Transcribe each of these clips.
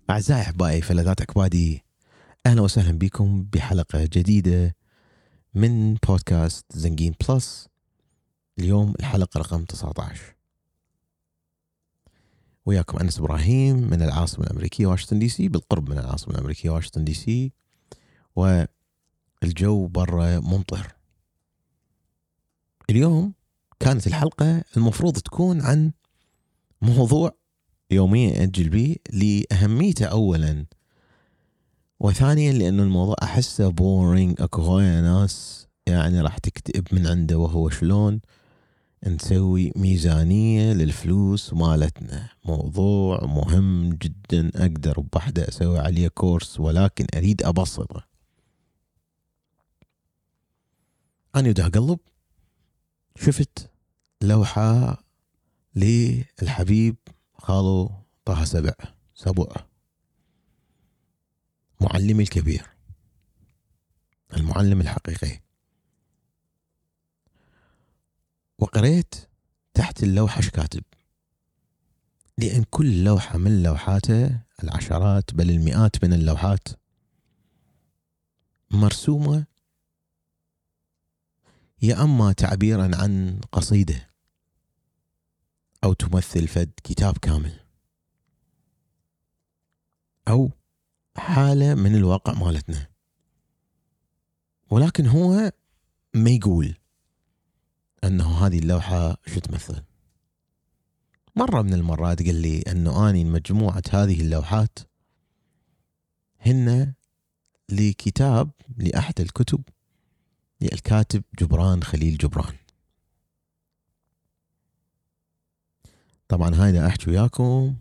أعزائي أحبائي فلذات أكبادي، أهلا وسهلا بكم بحلقة جديدة من بودكاست زنقين بلس. اليوم الحلقة رقم 19. وياكم أنس إبراهيم من العاصمة الأمريكية واشنطن دي سي، بالقرب من العاصمة الأمريكية واشنطن دي سي، والجو برا ممطر. اليوم كانت الحلقة المفروض تكون عن موضوع يوميا أجل بيه لأهميته أولا، وثانيا لأنه الموضوع أحسه بورينج. أكو هواية ناس يعني راح تكتئب من عنده، وهو شلون نسوي ميزانية للفلوس مالتنا. موضوع مهم جدا، أقدر بوحدة أسوي عليه كورس، ولكن أريد أبسطه. أنا وده قلب شفت لوحة للحبيب خالو طه سبع معلمي الكبير، المعلم الحقيقي. وقريت تحت اللوحة كاتب، لأن كل لوحة من لوحاته، العشرات بل المئات من اللوحات، مرسومة يا أما تعبيرا عن قصيدة أو تمثل فد كتاب كامل أو حالة من الواقع مالتنا، ولكن هو ما يقول أنه هذه اللوحة شو تمثل. مرة من المرات قال لي أنه أني مجموعة هذه اللوحات هن لكتاب لأحد الكتب للكاتب جبران خليل جبران. طبعا هاي أحكي وياكم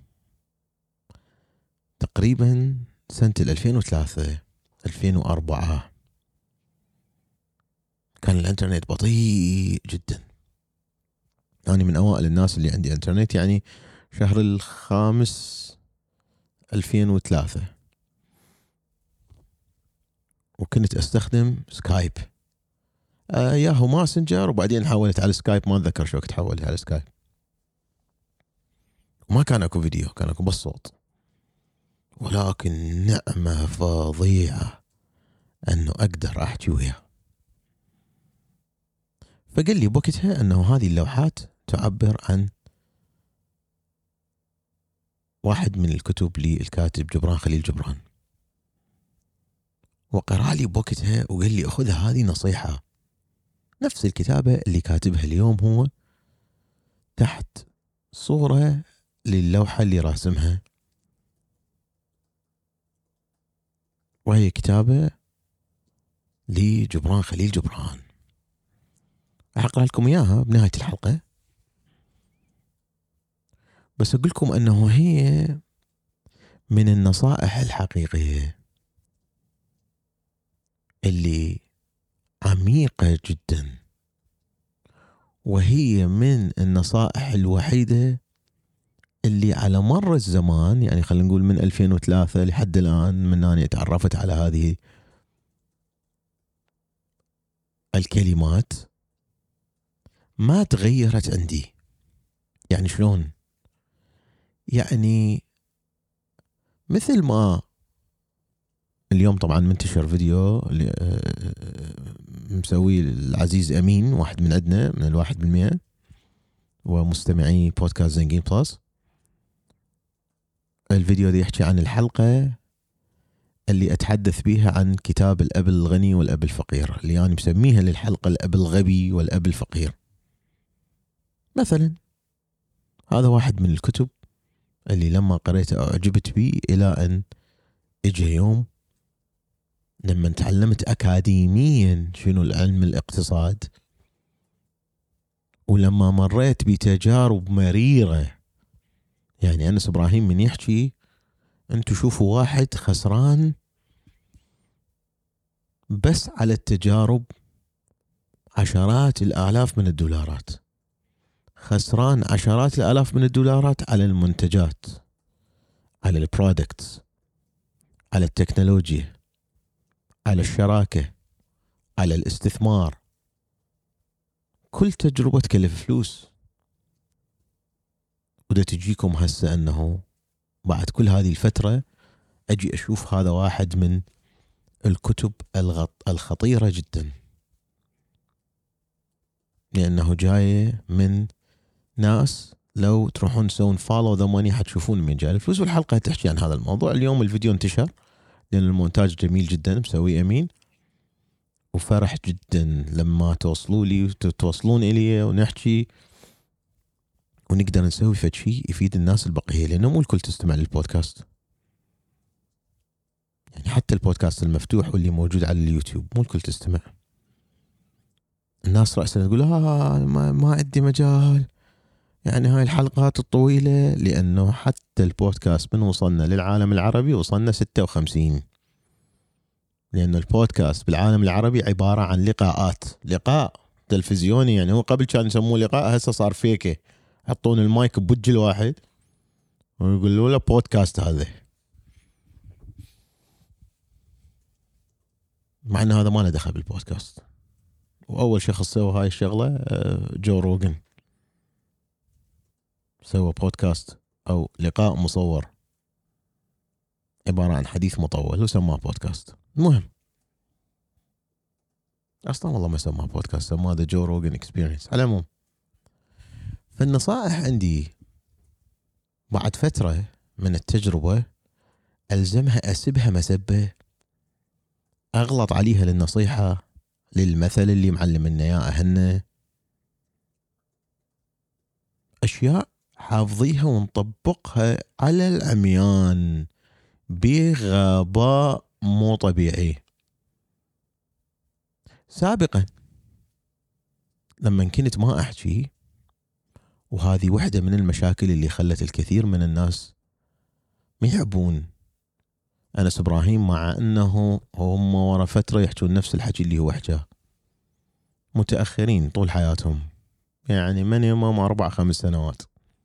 تقريبا سنة 2003 2004. كان الانترنت بطيء جدا. أنا من أوائل الناس اللي عندي انترنت، يعني شهر الخامس 2003، وكنت أستخدم سكايب، ياهو ماسنجر، وبعدين حولت على سكايب. ما أتذكر شو وقت حولت على سكايب. وما كان أكو فيديو، كان أكو بس صوت، ولكن نعمة فظيعة أنه أقدر أحكي وياه. فقال لي بوقتها أنه هذه اللوحات تعبر عن واحد من الكتب للكاتب جبران خليل جبران. وقرأ لي بوقتها وقال لي أخذها، هذه نصيحة. نفس الكتابة اللي كاتبها اليوم هو تحت صورة للوحة اللي راسمها، وهي كتابة لجبران خليل جبران. راح أقرأ لكم إياها بنهاية الحلقة، بس أقول لكم أنه هي من النصائح الحقيقية اللي عميقة جدا، وهي من النصائح الوحيدة اللي على مر الزمان، يعني خلينا نقول من 2003 لحد الآن، من أن تعرفت على هذه الكلمات، ما تغيرت عندي. يعني شلون؟ يعني مثل ما اليوم طبعا منتشر فيديو مسوي العزيز أمين، واحد من عندنا من 1% ومستمعي بودكاست زنقين بلس. الفيديو ده يحكي عن الحلقة اللي أتحدث بيها عن كتاب الأب الغني والأب الفقير، اللي أنا مسميها للحلقة الأب الغبي والأب الفقير. مثلا هذا واحد من الكتب اللي لما قريته أعجبت بيه، إلى أن إجا يوم لما تعلمت أكاديميا شنو العلم الاقتصاد، ولما مريت بتجارب مريرة. يعني أنس إبراهيم من يحكي، أنتوا شوفوا واحد خسران بس على التجارب عشرات الآلاف من الدولارات، خسران عشرات الآلاف من الدولارات على المنتجات، على البرودكتس، على التكنولوجيا، على الشراكة، على الاستثمار. كل تجربة تكلف فلوس. وده تجيكم هسه أنه بعد كل هذه الفترة أجي أشوف هذا واحد من الكتب الخطيرة جدا، لأنه جاية من ناس لو تروحون تسوون فولو ذا ماني حتشوفون من جاي الفلوس. والحلقة تحكي عن هذا الموضوع. اليوم الفيديو انتشر لأن المونتاج جميل جدا مسوي أمين، وفرح جدا لما توصلوا لي وتوصلون إلي ونحكي ونقدر نسوي فد شيء يفيد الناس البقية، لأنه مو الكل تستمع للبودكاست. يعني حتى البودكاست المفتوح واللي موجود على اليوتيوب مو الكل تستمع. الناس رأسا تقول ما عندي مجال، يعني هاي الحلقات الطويلة، لأنه حتى البودكاست من وصلنا للعالم العربي وصلنا 56. لأن البودكاست بالعالم العربي عبارة عن لقاء تلفزيوني. يعني هو قبل كان يسموه لقاء، هسه صار فيكه، يحطون المايك بوجه الواحد ويقولوا له بودكاست هذا، مع ان هذا ما له دخل بالبودكاست. واول شخص سوى هاي الشغله جو روغن، سوى بودكاست او لقاء مصور عباره عن حديث مطول وسماه بودكاست. المهم اصلا والله ما سماه بودكاست، سماه ذا جو روغن اكسبيرينس. على العموم، فالنصائح عندي بعد فتره من التجربه الزمها اسبها مسبه، اغلط عليها للنصيحه، للمثل اللي معلم لنا اياه اهلنا، اشياء حافظيها ونطبقها على العميان بغباء مو طبيعي. سابقا لما كنت ما احكي، وهذه واحدة من المشاكل اللي خلت الكثير من الناس ما يحبون أنس إبراهيم، مع أنه هم ورا فترة يحكون نفس الحكي اللي هو حكاه، متأخرين طول حياتهم، يعني مينيمم 4-5 سنوات.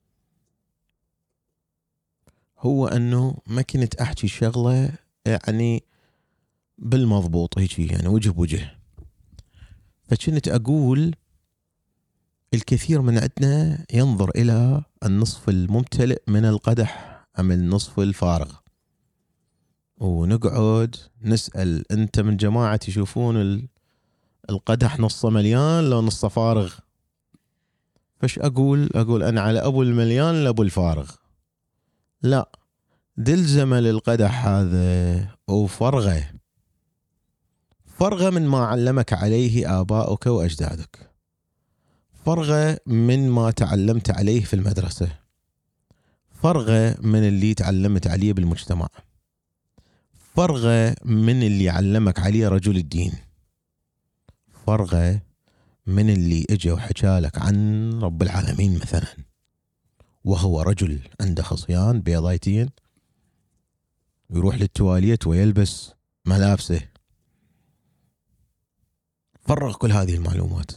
هو أنه ما كنت أحكي شغلة يعني بالمضبوط هيك، يعني وجه بوجه. فكنت أقول الكثير من عندنا ينظر إلى النصف الممتلئ من القدح أم النصف الفارغ، ونقعد نسأل أنت من جماعة يشوفون القدح نصه مليان لو نصه فارغ؟ فش أقول أنا على أبو المليان لأبو الفارغ؟ لا، دلزم للقدح هذا وفرغه من ما علمك عليه آباؤك وأجدادك، فرغه من ما تعلمت عليه في المدرسة، فرغه من اللي تعلمت عليه بالمجتمع، فرغه من اللي علمك عليه رجل الدين، فرغه من اللي اجى وحكالك عن رب العالمين مثلا وهو رجل عنده خصيان بيضايتين ويروح للتواليت ويلبس ملابسه. فرغ كل هذه المعلومات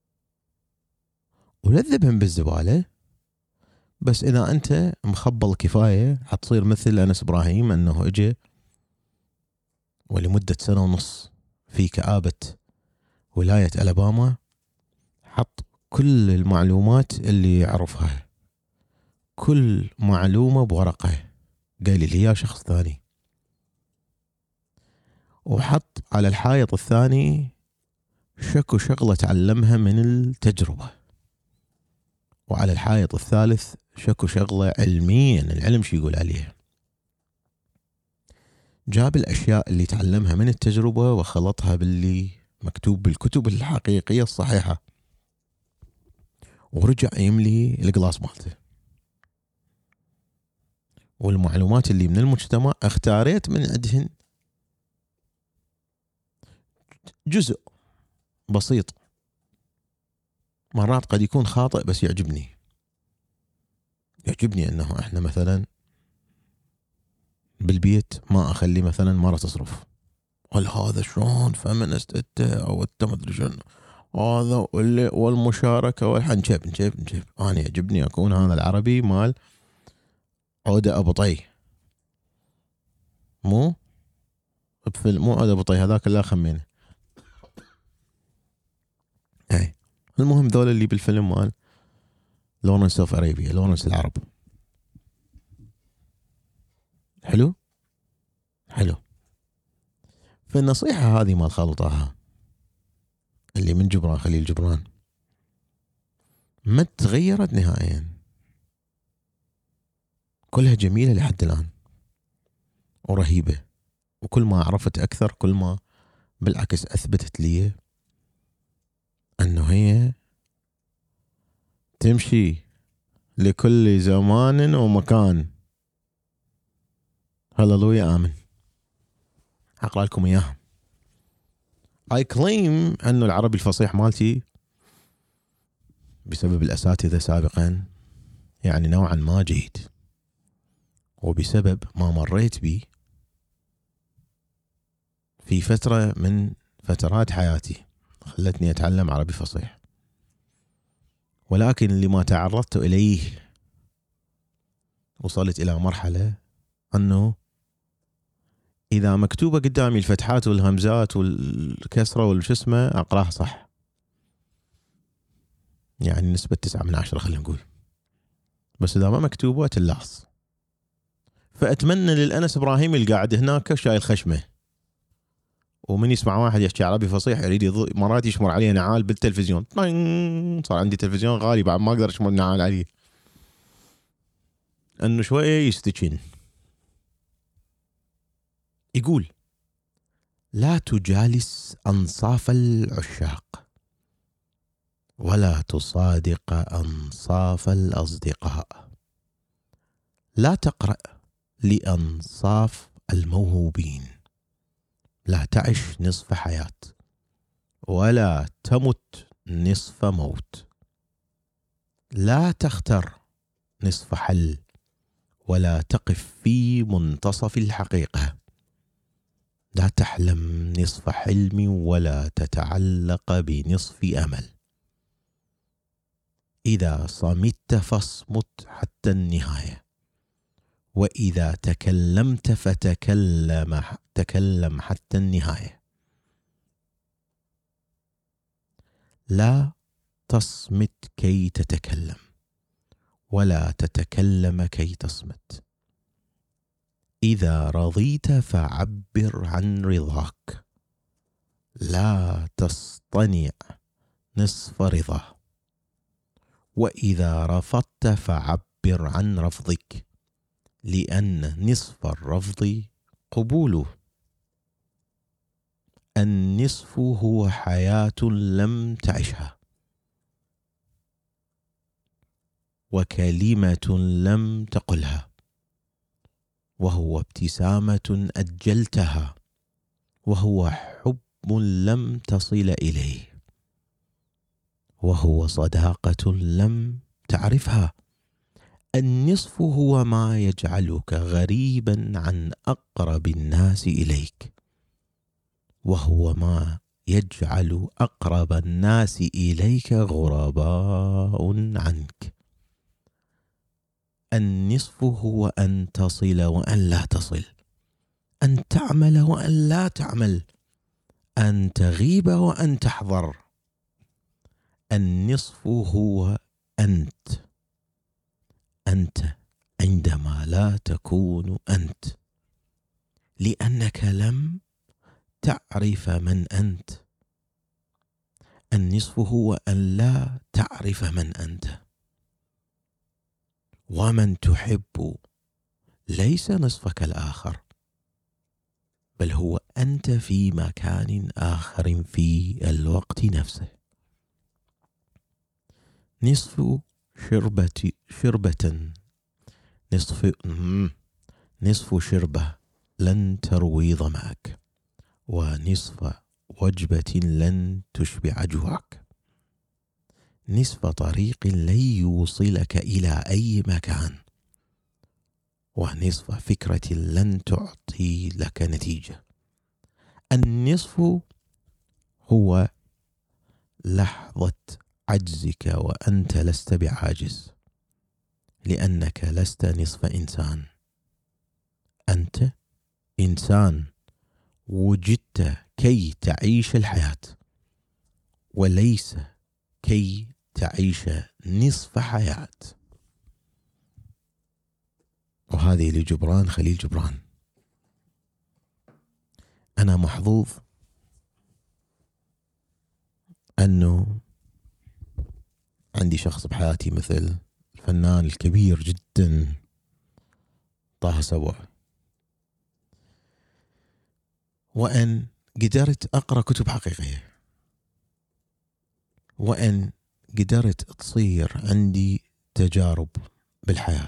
ولذبهم بالزبالة. بس إذا أنت مخبل كفاية حتصير مثل أنس إبراهيم، أنه اجى ولمدة 1.5 سنة في كآبة ولاية ألاباما حط كل المعلومات اللي يعرفها، كل معلومة بورقة قال لي يا شخص ثاني، وحط على الحائط الثاني شكو شغلة تعلمها من التجربة، وعلى الحائط الثالث شكو شغلة علميا العلم شو يقول عليها. جاب الأشياء اللي تعلمها من التجربة وخلطها باللي مكتوب بالكتب الحقيقية الصحيحة، ورجع يملي القلاص مالته. والمعلومات اللي من المجتمع اختاريت من عندهن جزء بسيط، مرات قد يكون خاطئ بس يعجبني أنه إحنا مثلا بالبيت ما أخلي مثلا مرة تصرف، قال هذا شلون فمنست أنت أو أنت ما أدري شنو هذا، والمشاركة والحنشب. أنا يعجبني أكون هذا العربي مال عودة أبو طي، مو عودة أبو طي، هذاك اللي خمينه. أي المهم ذول اللي بالفيلم مال لورنس اوف ارابيا، لورنس العرب، حلو. حلو. فالنصيحة هذه مال خالو طه اللي من جبران خليل جبران ما تغيرت نهائيا، كلها جميلة لحد الآن ورهيبة، وكل ما عرفت أكثر كل ما بالعكس أثبتت لي أنه هي تمشي لكل زمان ومكان. هللويا آمن. أقرأ لكم إياها. I claim أنه العربي الفصيح مالتي بسبب الأساتذة سابقا يعني نوعا ما جيد، وبسبب ما مريت بي في فترة من فترات حياتي خلتني أتعلم عربي فصيح، ولكن لما تعرضت إليه وصلت إلى مرحلة أنه إذا مكتوبة قدامي الفتحات والهمزات والكسرة والجسمة أقراها صح، يعني نسبة 9/10 خلينا نقول، بس إذا ما مكتوبة تلاص. فأتمنى للأنس إبراهيم اللي قاعد هناك شايل خشمه، ومن يسمع واحد يحكي عربي فصيح يريد مرات يشمر عليه نعال بالتلفزيون، صار عندي تلفزيون غالي بعد ما أقدر أشمر نعال عليه، أنه شوية يستكين. يقول: لا تجالس أنصاف العشاق ولا تصادق أنصاف الأصدقاء، لا تقرأ لأنصاف الموهوبين، لا تعش نصف حياة ولا تمت نصف موت، لا تختر نصف حل ولا تقف في منتصف الحقيقة، لا تحلم نصف حلم ولا تتعلق بنصف أمل، إذا صمت فاصمت حتى النهاية، وإذا تكلمت تكلم حتى النهاية، لا تصمت كي تتكلم ولا تتكلم كي تصمت، إذا رضيت فعبر عن رضاك، لا تصطنع نصف رضا، وإذا رفضت فعبر عن رفضك، لأن نصف الرفض قبوله، النصف هو حياة لم تعشها، وكلمة لم تقلها، وهو ابتسامة أجلتها، وهو حب لم تصل إليه، وهو صداقة لم تعرفها، النصف هو ما يجعلك غريبا عن أقرب الناس إليك، وهو ما يجعل أقرب الناس إليك غرباء عنك، النصف هو أن تصل وأن لا تصل، أن تعمل وأن لا تعمل، أن تغيب وأن تحضر، النصف هو أنت عندما لا تكون أنت، لأنك لم تعرف من أنت، النصف هو أن لا تعرف من أنت، ومن تحب ليس نصفك الآخر، بل هو أنت في مكان آخر في الوقت نفسه، نصف شربة نصف شربة لن تروي ظمأك، ونصف وجبة لن تشبع جوعك، نصف طريق لن يوصلك إلى أي مكان، ونصف فكرة لن تعطي لك نتيجة، النصف هو لحظة عجزك وأنت لست بعاجز، لأنك لست نصف إنسان، أنت إنسان وجدت كي تعيش الحياة وليس كي تعيش نصف حياة. وهذه لجبران خليل جبران. أنا محظوظ أنه عندي شخص بحياتي مثل الفنان الكبير جدا طه سبع، وأن قدرت أقرأ كتب حقيقية، وأن قدرت تصير عندي تجارب بالحياة.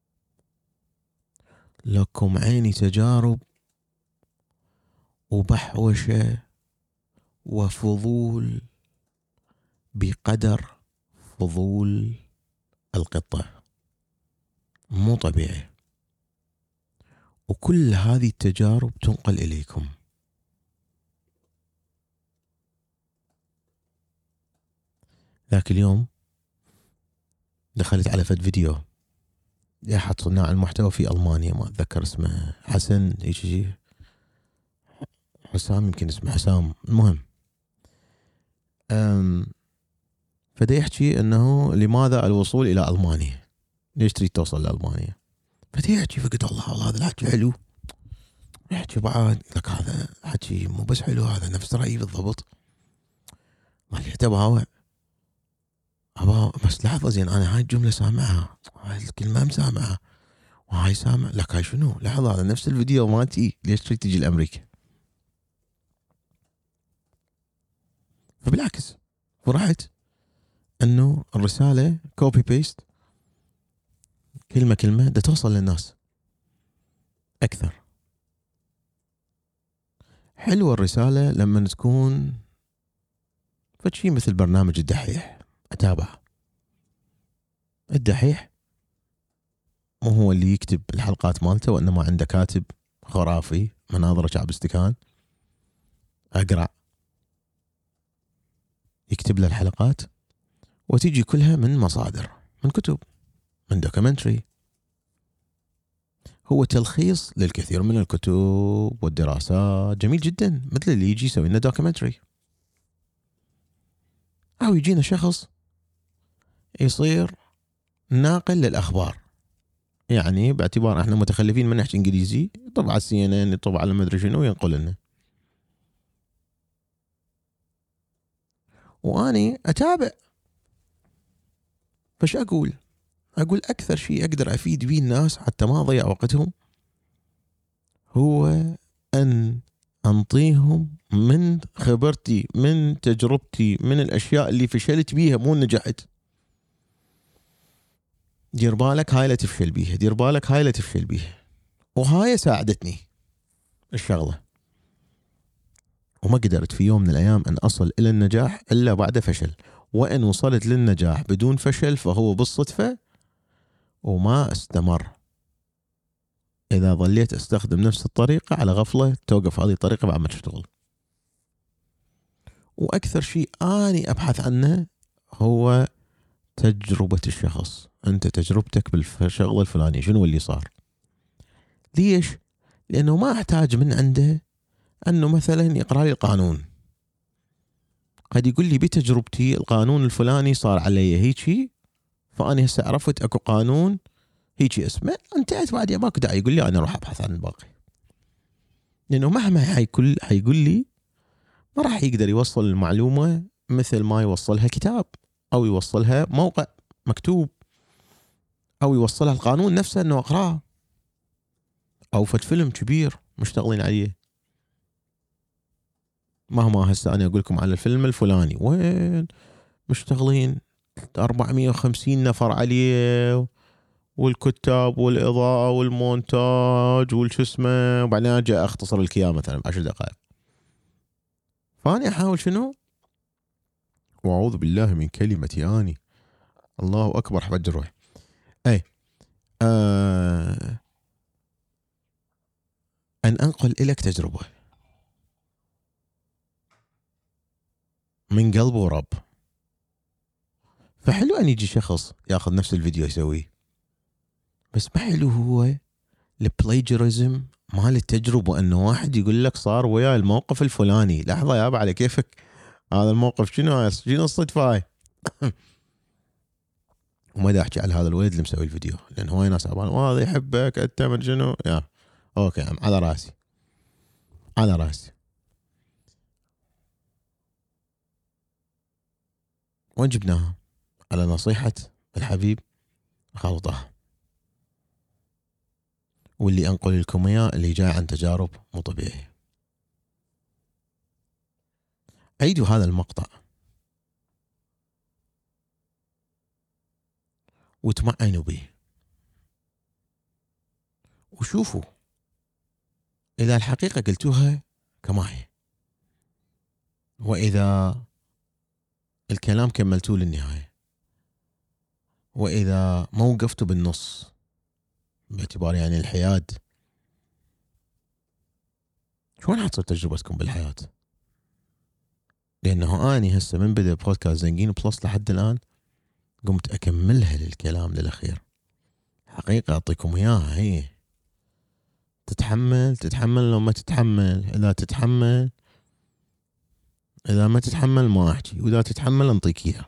لكم عيني تجارب وبحوشة وفضول بقدر فضول القطة، مو طبيعي. وكل هذه التجارب تنقل إليكم. ذاك اليوم دخلت على فد فيديو لأحد صناع المحتوى في ألمانيا، ما أتذكر اسمه، حسن شيء، حسام يمكن اسمه حسام، المهم فدا يحكي أنه لماذا الوصول إلى ألمانيا، ليش تريد توصل لألمانيا. فدا يحكي، فقلت الله والله هذا الحكي حلو، يحكي بعد لك هذا حكي مو بس حلو، هذا نفس رأيي بالضبط. قلت أبا بس لحظة زين، أنا هاي الجملة سامعها، هاي الكلمة مسامعها، وهاي سامع لك هاي شنو، لحظة هذا نفس الفيديو مالتي، ليش تريد تجي لأمريكا؟ فبالعكس فرحت انه الرسالة كوبي بيست، كلمة كلمة دا توصل للناس اكثر. حلوة الرسالة لما تكون فشي مثل برنامج الدحيح، اتابع الدحيح، مو هو اللي يكتب الحلقات مالته، وانما عنده كاتب خرافي مناظرة شعب استكان، اقرع يكتب له الحلقات، وتيجي كلها من مصادر، من كتب، من دوكيومنتري، هو تلخيص للكثير من الكتب والدراسات، جميل جدا، مثل اللي يجي يسوي لنا دوكيومنتري، أو يجينا شخص يصير ناقل للأخبار، يعني باعتبار احنا متخلفين ما نحكي انجليزي، طبعا CNN، طبعا على ما ادري شنو ينقل لنا، واني اتابع. فش اقول اكثر شيء اقدر افيد به الناس حتى ما اضيع وقتهم، هو ان انطيهم من خبرتي، من تجربتي، من الاشياء اللي فشلت بيها مو نجحت. دير بالك هاي لا تفشل بيها، دير بالك هاي لا تفشل بيها، وهاي ساعدتني الشغلة، وما قدرت في يوم من الأيام أن أصل إلى النجاح إلا بعد فشل، وإن وصلت للنجاح بدون فشل فهو بالصدفة وما استمر. إذا ظليت أستخدم نفس الطريقة على غفلة توقف هذه الطريقة بعد ما تشتغل. وأكثر شيء أني أبحث عنه هو تجربة الشخص، أنت تجربتك بالشغلة الفلانية شنو اللي صار، ليش؟ لأنه ما أحتاج من عنده أنه مثلا يقرأ لي القانون، قد يقول لي بتجربتي القانون الفلاني صار علي هيجي، فأنا هسه عرفت أكو قانون هيجي اسمه، انتهت، بعد ماكو داعي يقول لي أنا أروح أبحث عن الباقي، لأنه مهما هيقول لي ما راح يقدر يوصل المعلومة مثل ما يوصلها كتاب، أو يوصلها موقع مكتوب، أو يوصلها القانون نفسه أنه أقراه، أو فد فيلم كبير مشتغلين عليه. مهما هسه أنا أقول لكم على الفيلم الفلاني، وين مشتغلين 450 نفر عليه، والكتاب والإضاءة والمونتاج والشسمة، وبعدين أجي أختصر الكيا مثلا ب10 دقائق. فأنا أحاول شنو، وأعوذ بالله من كلمتي أني، الله أكبر حفج الروح، أي أن أنقل إليك تجربة من قلب ورب. فحلو أن يجي شخص ياخذ نفس الفيديو يسويه، بس ما حلو هو البلاجيرزم مال التجربة، أنه واحد يقول لك صار ويا الموقف الفلاني، لحظة يابا على كيفك، هذا الموقف شنو الصدفة هاي. وما دا أحكي على هذا الولد اللي مسوي الفيديو، لأن هواي ناس عبان هذا يحبك أنت من شنو، يا أوكي على راسي على راسي. وين جبناها؟ على نصيحة الحبيب خالد طه، واللي أنقل لكم إياه اللي جاي عن تجارب مو طبيعية. عيدوا هذا المقطع وتمعنوا به وشوفوا إذا الحقيقة قلتوها كما هي، وإذا الكلام كملتوه للنهاية، وإذا ما وقفتوا بالنص باعتبار يعني الحياد. شلون حتصير تجربتكم بالحياة؟ لأنه أني هسه من بدأ بودكاست زنقين بلس لحد الآن قمت أكملها للكلام للأخير. حقيقة أعطيكم إياها هي، تتحمل لو ما تتحمل، إذا ما تتحمل ما أحكي، وإذا تتحمل أنطيك إياها.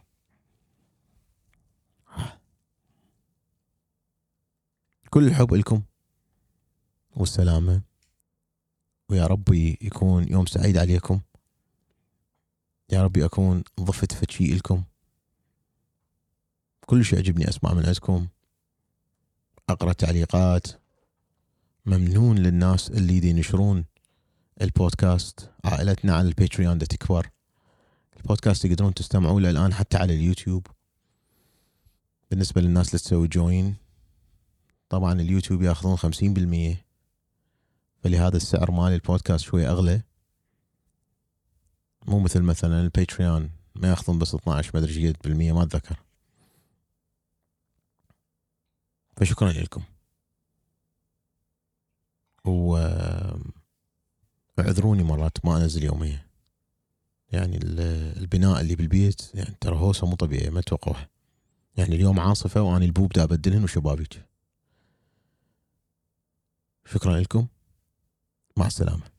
كل الحب لكم والسلامة، ويا ربي يكون يوم سعيد عليكم. يا ربي أكون ضفت فشي لكم. كل شيء يعجبني أسمع من عندكم، أقرأ تعليقات. ممنون للناس اللي ينشرون البودكاست. عائلتنا على الباتريون دا تكبر. البودكاست تقدرون تستمعوا له الآن حتى على اليوتيوب بالنسبة للناس اللي تسوي جوين. طبعا اليوتيوب ياخذون 50%، فلهذا السعر مال البودكاست شوي أغلى، مو مثل مثلا الباتريون ما ياخذون بس 12 ما أدري قد بالمية، ما أتذكر. فشكرا لكم، واعذروني مرات ما أنزل يوميا. يعني البناء اللي بالبيت يعني ترى هوسة مو طبيعية، ما توقعوها. يعني اليوم عاصفة وأنا البوب دا أبدلهن وشبابيك. شكرا لكم، مع السلامة.